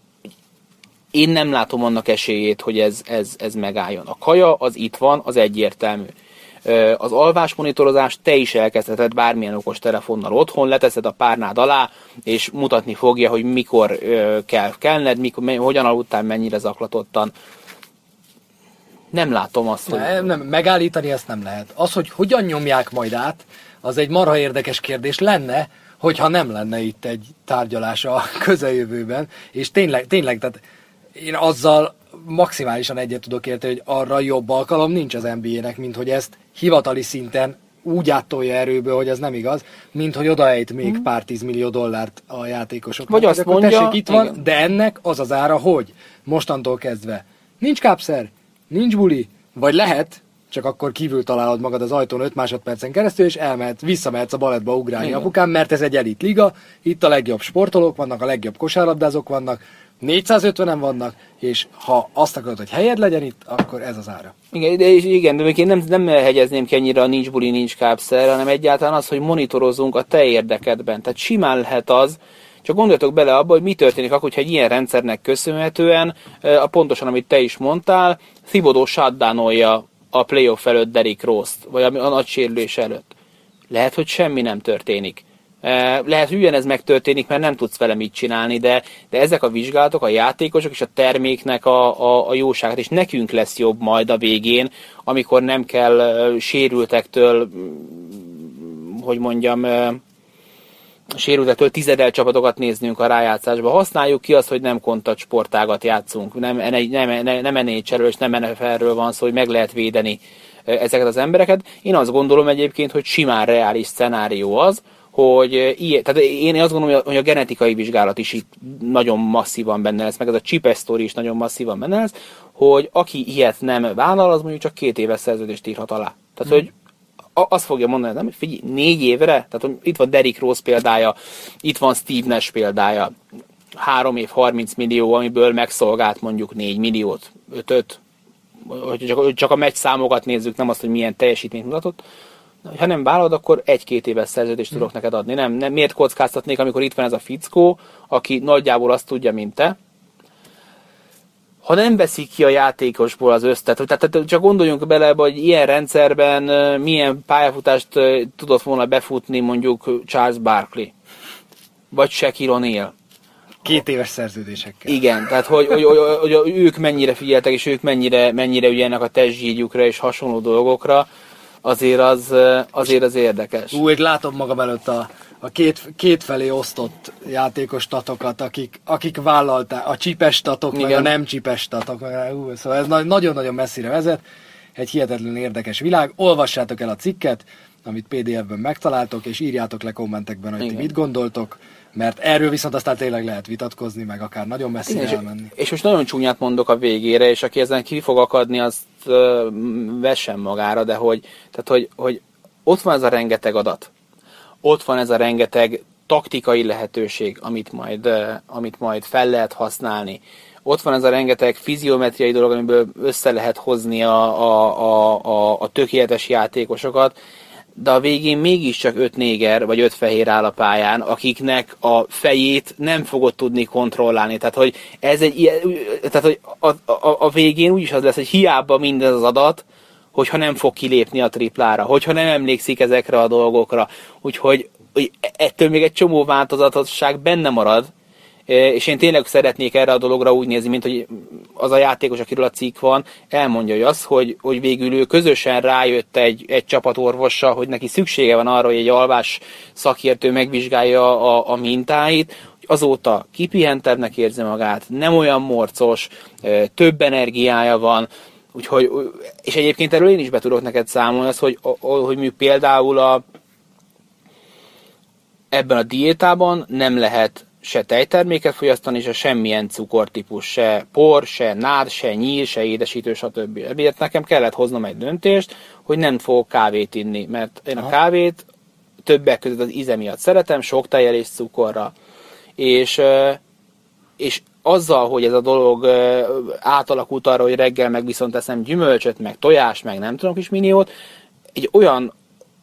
Speaker 3: én nem látom annak esélyét, hogy ez, ez, ez megálljon. A kaja az itt van, az egyértelmű. Az alvásmonitorozást te is elkezdheted bármilyen okos telefonnal otthon, leteszed a párnád alá, és mutatni fogja, hogy mikor kell kelned, mikor, hogyan aludtál, mennyire zaklatottan. Nem látom azt, hogy...
Speaker 2: Nem, nem, megállítani ezt nem lehet. Az, hogy hogyan nyomják majd át, az egy marha érdekes kérdés lenne, hogyha nem lenne itt egy tárgyalás a közeljövőben, és tényleg, tényleg, tehát én azzal maximálisan egyet tudok érteni, hogy arra jobb alkalom nincs az en bé á-nek, mint hogy ezt hivatali szinten úgy áttolja erőből, hogy ez nem igaz, mint hogy odaejt még hmm. pár tízmillió dollárt a játékosoknak.
Speaker 3: Vagy azt mondja,
Speaker 2: tessék, itt van,
Speaker 3: igen.
Speaker 2: de ennek az az ára, hogy mostantól kezdve nincs kápszer, nincs buli, vagy lehet, csak akkor kívül találod magad az ajtón öt másodpercen keresztül, és elmehet, visszamehetsz a balettba ugrálni igen. apukám, mert ez egy elit liga, itt a legjobb sportolók vannak, a legjobb kosárlabdázók vannak, négyszázötvenen vannak, és ha azt akarod, hogy helyed legyen itt, akkor ez az ára.
Speaker 3: Igen, de, igen, de én nem, nem hegyezném ki ennyire a nincs buli, nincs kápszer, hanem egyáltalán az, hogy monitorozunk a te érdekedben. Tehát simán lehet az, csak gondoljatok bele abba, hogy mi történik akkor, hogyha egy ilyen rendszernek köszönhetően, a pontosan, amit te is mondtál, Thibodeau shutdownolja a playoff előtt Derrick Rose-t, vagy a nagy sérülés előtt. Lehet, hogy semmi nem történik. Lehet, hogy ugyanez megtörténik, mert nem tudsz vele mit csinálni, de, de ezek a vizsgálatok, a játékosok és a terméknek a, a, a jóságát, és nekünk lesz jobb majd a végén, amikor nem kell sérültektől, hogy mondjam, sérültektől tizedel csapatokat néznünk a rájátszásba. Használjuk ki azt, hogy nem kontakt sportágat játszunk, nem, nem, nem, nem en há el-ről és nem en ef el-ről van szó, hogy meg lehet védeni ezeket az embereket. Én azt gondolom egyébként, hogy simán reális szenárió az, hogy ilyen, tehát én azt gondolom, hogy a genetikai vizsgálat is itt nagyon masszívan benne lesz, meg ez a chip sztori is nagyon masszívan benne lesz, hogy aki ilyet nem vállal, az mondjuk csak két éves szerződést írhat alá. Tehát, hmm. hogy azt fogja mondani, nem, hogy figyelj, négy évre, tehát hogy itt van Derrick Rose példája, itt van Steve Nash példája, három év, harminc millió, amiből megszolgált mondjuk négy milliót, ötöt, hogy csak, csak a meccs számokat nézzük, nem azt, hogy milyen teljesítményt mutatott. Ha nem vállalod, akkor egy-két éves szerződést tudok neked adni. Nem, nem, miért kockáztatnék, amikor itt van ez a fickó, aki nagyjából azt tudja, mint te. Ha nem veszik ki a játékosból az össztet, tehát csak gondoljunk bele, hogy ilyen rendszerben milyen pályafutást tudott volna befutni mondjuk Charles Barkley, vagy Shaquille O'Neal.
Speaker 2: Két éves szerződésekkel.
Speaker 3: Igen, tehát hogy, hogy, hogy, hogy ők mennyire figyeltek, és ők mennyire, mennyire ügyelnek a testzsígyukra és hasonló dolgokra, azért az, azért az érdekes.
Speaker 2: Úgy látom magam előtt a, a két, két felé osztott játékos statokat, akik, akik vállalták, a csipes statok, igen. meg a nem csipes statok. Ú, szóval ez nagyon-nagyon messzire vezet. Egy hihetetlen érdekes világ. Olvassátok el a cikket, amit pé dé ef-ben megtaláltok, és írjátok le kommentekben, hogy igen. ti mit gondoltok, mert erről viszont aztán tényleg lehet vitatkozni, meg akár nagyon messzire igen, elmenni.
Speaker 3: És most nagyon csúnyát mondok a végére, és aki ezen ki fog akadni, azt uh, vessen magára, de hogy, tehát, hogy, hogy ott van ez a rengeteg adat, ott van ez a rengeteg taktikai lehetőség, amit majd, uh, amit majd fel lehet használni, ott van ez a rengeteg fiziometriai dolog, amiből össze lehet hozni a, a, a, a, a tökéletes játékosokat, de a végén mégiscsak öt néger vagy öt fehér áll a pályán, akiknek a fejét nem fogod tudni kontrollálni. Tehát, hogy ez egy ilyen, tehát, hogy a, a, a végén úgyis az lesz, hogy hiába mindez az adat, hogyha nem fog kilépni a triplára, hogyha nem emlékszik ezekre a dolgokra. Úgyhogy hogy ettől még egy csomó változatosság benne marad, és én tényleg szeretnék erre a dologra úgy nézni, mint hogy az a játékos, akiről a cikk van, elmondja hogy az, hogy, hogy végül ő közösen rájött egy, egy csapatorvossal, hogy neki szüksége van arra, hogy egy alvás szakértő megvizsgálja a, a mintáit, hogy azóta kipihentebbnek érzi magát, nem olyan morcos, több energiája van, úgyhogy, és egyébként erről én is be tudok neked számolni, az, hogy, hogy mi például a, ebben a diétában nem lehet se tejterméket fogyasztani, se semmilyen cukortípus, se por, se nád, se nyír, se édesítő, stb. Ezért nekem kellett hoznom egy döntést, hogy nem fogok kávét inni, mert én a kávét többek között az íze miatt szeretem, sok tejjel és cukorra. És, és azzal, hogy ez a dolog átalakult arra, hogy reggel meg viszont eszem gyümölcsöt, meg tojást, meg nem tudom kis miniót, egy olyan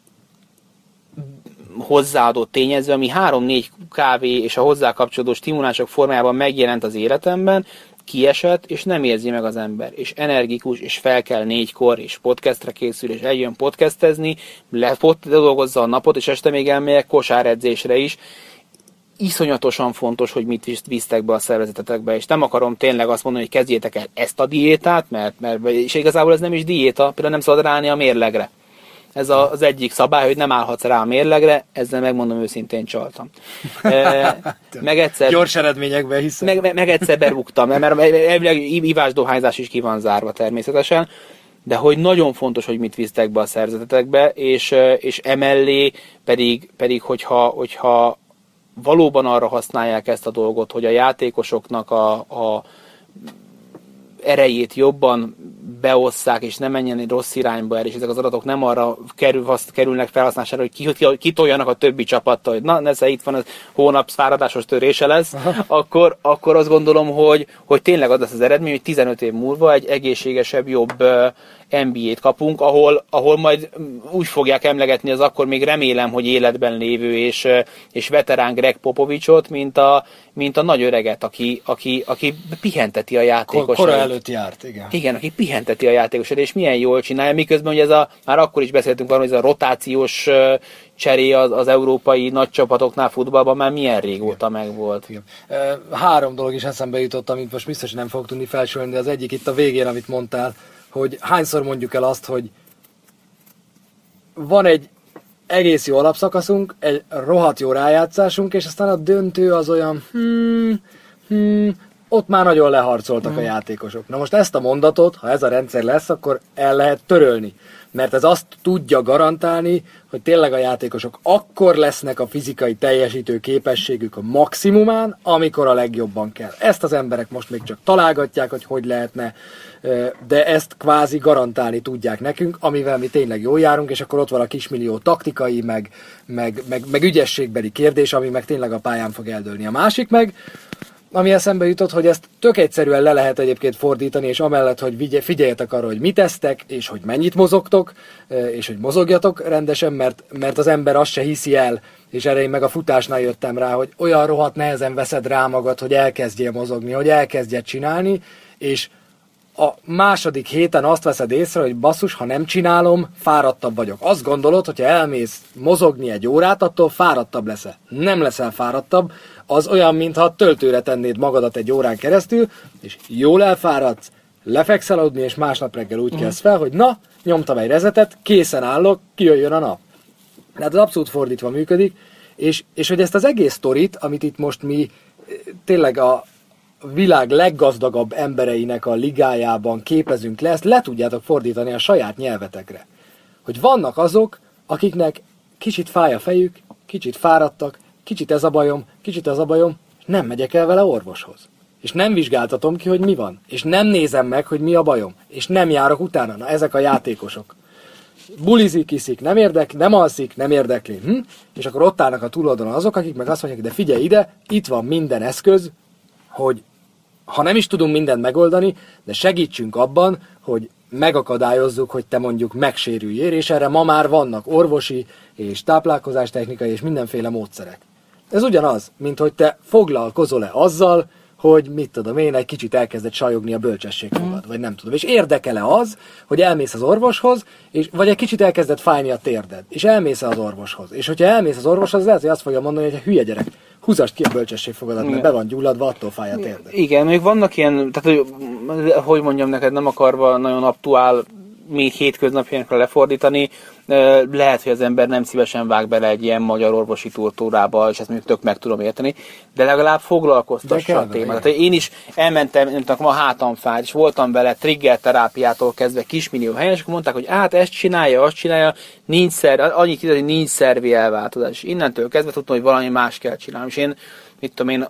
Speaker 3: hozzáadott tényező, ami három-négy kávé és a hozzá kapcsolódó stimulások formájában megjelent az életemben, kiesett, és nem érzi meg az ember. És energikus, és fel kell négykor, és podcastre készül, és eljön podcastezni, ledolgozza a napot, és este még elmegyek kosáredzésre is. Iszonyatosan fontos, hogy mit visztek be a szervezetetekbe, és nem akarom tényleg azt mondani, hogy kezdjétek el ezt a diétát, mert, mert és igazából ez nem is diéta, például nem szabad ráállni a mérlegre. Ez a, az egyik szabály, hogy nem állhatsz rá a mérlegre, ezzel megmondom őszintén csaltam. E, meg egyszer,
Speaker 2: gyors eredményekben hiszem.
Speaker 3: Meg, meg, meg egyszer berúgtam, mert elvileg ivásdohányzás is ki van zárva természetesen, de hogy nagyon fontos, hogy mit visztek be a szervezetetekbe, és, és emellé pedig, pedig hogyha, hogyha valóban arra használják ezt a dolgot, hogy a játékosoknak a, a erejét jobban beosszák, és ne menjen egy rossz irányba el, és ezek az adatok nem arra kerül, kerülnek felhasználására, hogy kitoljanak a többi csapattal, hogy na, nesze itt van, az hónap fáradásos törése lesz, akkor, akkor azt gondolom, hogy, hogy tényleg az lesz az eredmény, hogy tizenöt év múlva egy egészségesebb, jobb en bé á-t kapunk, ahol, ahol majd úgy fogják emlegetni az akkor még remélem, hogy életben lévő és, és veterán Greg Popovicsot, mint a, mint a nagy öreget, aki, aki, aki pihenteti a játékosait.
Speaker 2: Kora előtt járt, igen.
Speaker 3: Igen, aki pihenteti a játékosait, és milyen jól csinálja, miközben hogy ez a, már akkor is beszéltünk arról, hogy ez a rotációs cseré az, az európai nagy csapatoknál futballban már milyen régóta megvolt.
Speaker 2: Igen. Három dolog is eszembe jutott, amit most biztos nem fog tudni felsorolni, de az egyik itt a végén, amit mondtál, hogy hányszor mondjuk el azt, hogy van egy egész jó alapszakaszunk, egy rohadt jó rájátszásunk, és aztán a döntő az olyan hmm, hmm, ott már nagyon leharcoltak hmm. a játékosok. Na most ezt a mondatot, ha ez a rendszer lesz, akkor el lehet törölni. Mert ez azt tudja garantálni, hogy tényleg a játékosok akkor lesznek a fizikai teljesítő képességük a maximumán, amikor a legjobban kell. Ezt az emberek most még csak találgatják, hogy hogy lehetne, de ezt kvázi garantálni tudják nekünk, amivel mi tényleg jól járunk, és akkor ott van a kismillió taktikai, meg, meg, meg, meg ügyességbeli kérdés, ami meg tényleg a pályán fog eldőlni. A másik meg, ami eszembe jutott, hogy ezt tök egyszerűen le lehet egyébként fordítani, és amellett, hogy figyeljetek arra, hogy mit esztek, és hogy mennyit mozogtok, és hogy mozogjatok rendesen, mert, mert az ember azt se hiszi el, és erre én meg a futásnál jöttem rá, hogy olyan rohadt nehezen veszed rá magad, hogy elkezdjél mozogni, hogy elkezdjél csinálni, és a második héten azt veszed észre, hogy basszus, ha nem csinálom, fáradtabb vagyok. Azt gondolod, hogyha elmész mozogni egy órát, attól fáradtabb leszel. Nem leszel fáradtabb, az olyan, mintha töltőre tennéd magadat egy órán keresztül, és jól elfáradsz, lefekszel aludni, és másnap reggel úgy kezd fel, hogy na, nyomtam egy rezetet, készen állok, kijöjjön a nap. Tehát az abszolút fordítva működik, és, és hogy ezt az egész sztorit, amit itt most mi tényleg a világ leggazdagabb embereinek a ligájában képezünk le, ezt le tudjátok fordítani a saját nyelvetekre. Hogy vannak azok, akiknek kicsit fáj a fejük, kicsit fáradtak, kicsit ez a bajom, kicsit ez a bajom, és nem megyek el vele orvoshoz. És nem vizsgáltatom ki, hogy mi van. És nem nézem meg, hogy mi a bajom. És nem járok utána. Na, ezek a játékosok. Bulizik, iszik, nem érdekli, nem alszik, nem érdekli. Hm? És akkor ott állnak a túloldalon azok, akik meg azt mondják, de figyelj ide, itt van minden eszköz, hogy ha nem is tudunk mindent megoldani, de segítsünk abban, hogy megakadályozzuk, hogy te mondjuk megsérüljél, és erre ma már vannak orvosi és táplálkozástechnikai és mindenféle módszerek. Ez ugyanaz, mint hogy te foglalkozol-e azzal, hogy mit tudom én, egy kicsit elkezdett sajogni a bölcsességfogad, mm. vagy nem tudom. És érdekel-e az, hogy elmész az orvoshoz, és, vagy egy kicsit elkezdett fájni a térded, és elmész az orvoshoz. És hogyha elmész az orvoshoz, lehet, hogy azt fogja mondani, hogy hülye gyerek, húzast ki a bölcsességfogadat, mert be van gyulladva, attól fáj a térded.
Speaker 3: Igen, még vannak ilyen, tehát hogy, hogy mondjam neked, nem akarva nagyon aktuál, még hétköznapjainkra lefordítani, lehet, hogy az ember nem szívesen vág bele egy ilyen magyar orvosi tortúrába, és ezt mondjuk tök meg tudom érteni, de legalább foglalkoztassa a témát. Tehát én is elmentem, nem tudom, a hátam fáj, és voltam vele trigger terápiától kezdve kismillió helyen, és akkor mondták, hogy hát ezt csinálja, azt csinálja, nincs szerv, annyit kiderül, hogy nincs szervi elváltozás. És innentől kezdve tudtam, hogy valami más kell csinálni. És én, mit tudom én,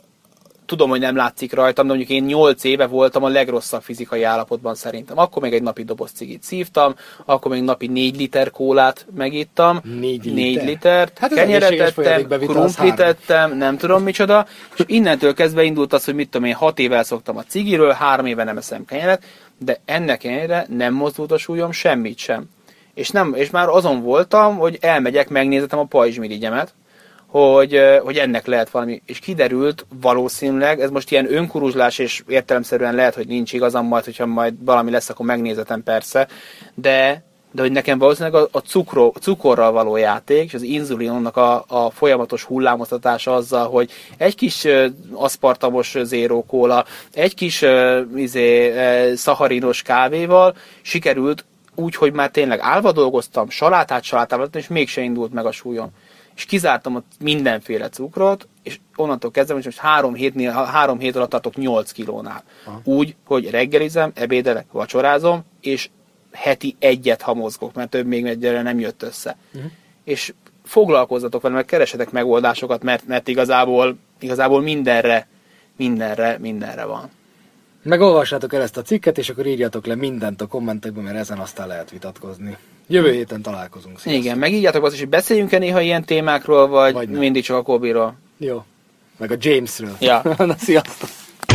Speaker 3: tudom, hogy nem látszik rajtam, de mondjuk én nyolc éve voltam a legrosszabb fizikai állapotban szerintem. Akkor még egy napi doboz cigit szívtam, akkor még napi négy liter kólát megittam.
Speaker 2: Négy,
Speaker 3: négy litert.
Speaker 2: Hát
Speaker 3: kenyeret ettem, krumplit ettem, nem tudom micsoda. És innentől kezdve indult az, hogy mit tudom én, hat éve elszoktam a cigiről, három éve nem eszem kenyeret, de ennek ellenére nem mozdult a súlyom semmit sem. És, nem, és már azon voltam, hogy elmegyek, megnézetem a pajzsmirigyemet, hogy, hogy ennek lehet valami, és kiderült valószínűleg, ez most ilyen önkuruzslás, és értelemszerűen lehet, hogy nincs igazam, majd, hogyha majd valami lesz, akkor megnézetem persze, de, de hogy nekem valószínűleg a, a cukro, cukorral való játék, és az inzulinonnak a, a folyamatos hullámoztatása azzal, hogy egy kis uh, aszpartamos zéró kóla, egy kis uh, izé, uh, szaharinos kávéval sikerült úgy, hogy már tényleg állva dolgoztam, salátát salátával, és mégse indult meg a súlyom. És kizártam ott mindenféle cukrot, és onnantól kezdve, hogy most három, hétnél, három hét alatt tartok nyolc kilónál. Aha. Úgy, hogy reggelizem, ebédelek, vacsorázom, és heti egyet, ha mozgok, mert több még egyre nem jött össze. Uh-huh. És foglalkozzatok vele, meg keresetek megoldásokat, mert, mert igazából, igazából mindenre, mindenre, mindenre van.
Speaker 2: Megolvassátok el ezt a cikket, és akkor írjatok le mindent a kommentekben, mert ezen aztán lehet vitatkozni. Jövő héten találkozunk. Sziasztok. Igen,
Speaker 3: meg írjátok azt is, hogy beszéljünk-e néha ilyen témákról, vagy, vagy mindig csak a Kobiról.
Speaker 2: Jó. Meg a Jamesről.
Speaker 3: Ja.
Speaker 2: Na, sziasztok.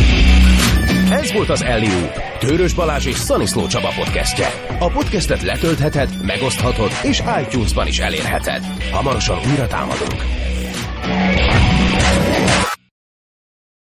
Speaker 1: Ez volt az Alley-oop, Tőrös Balázs és Szaniszló Csaba podcastje. A podcastet letöltheted, megoszthatod, és iTunes-ban is elérheted. Hamarosan újra támadunk.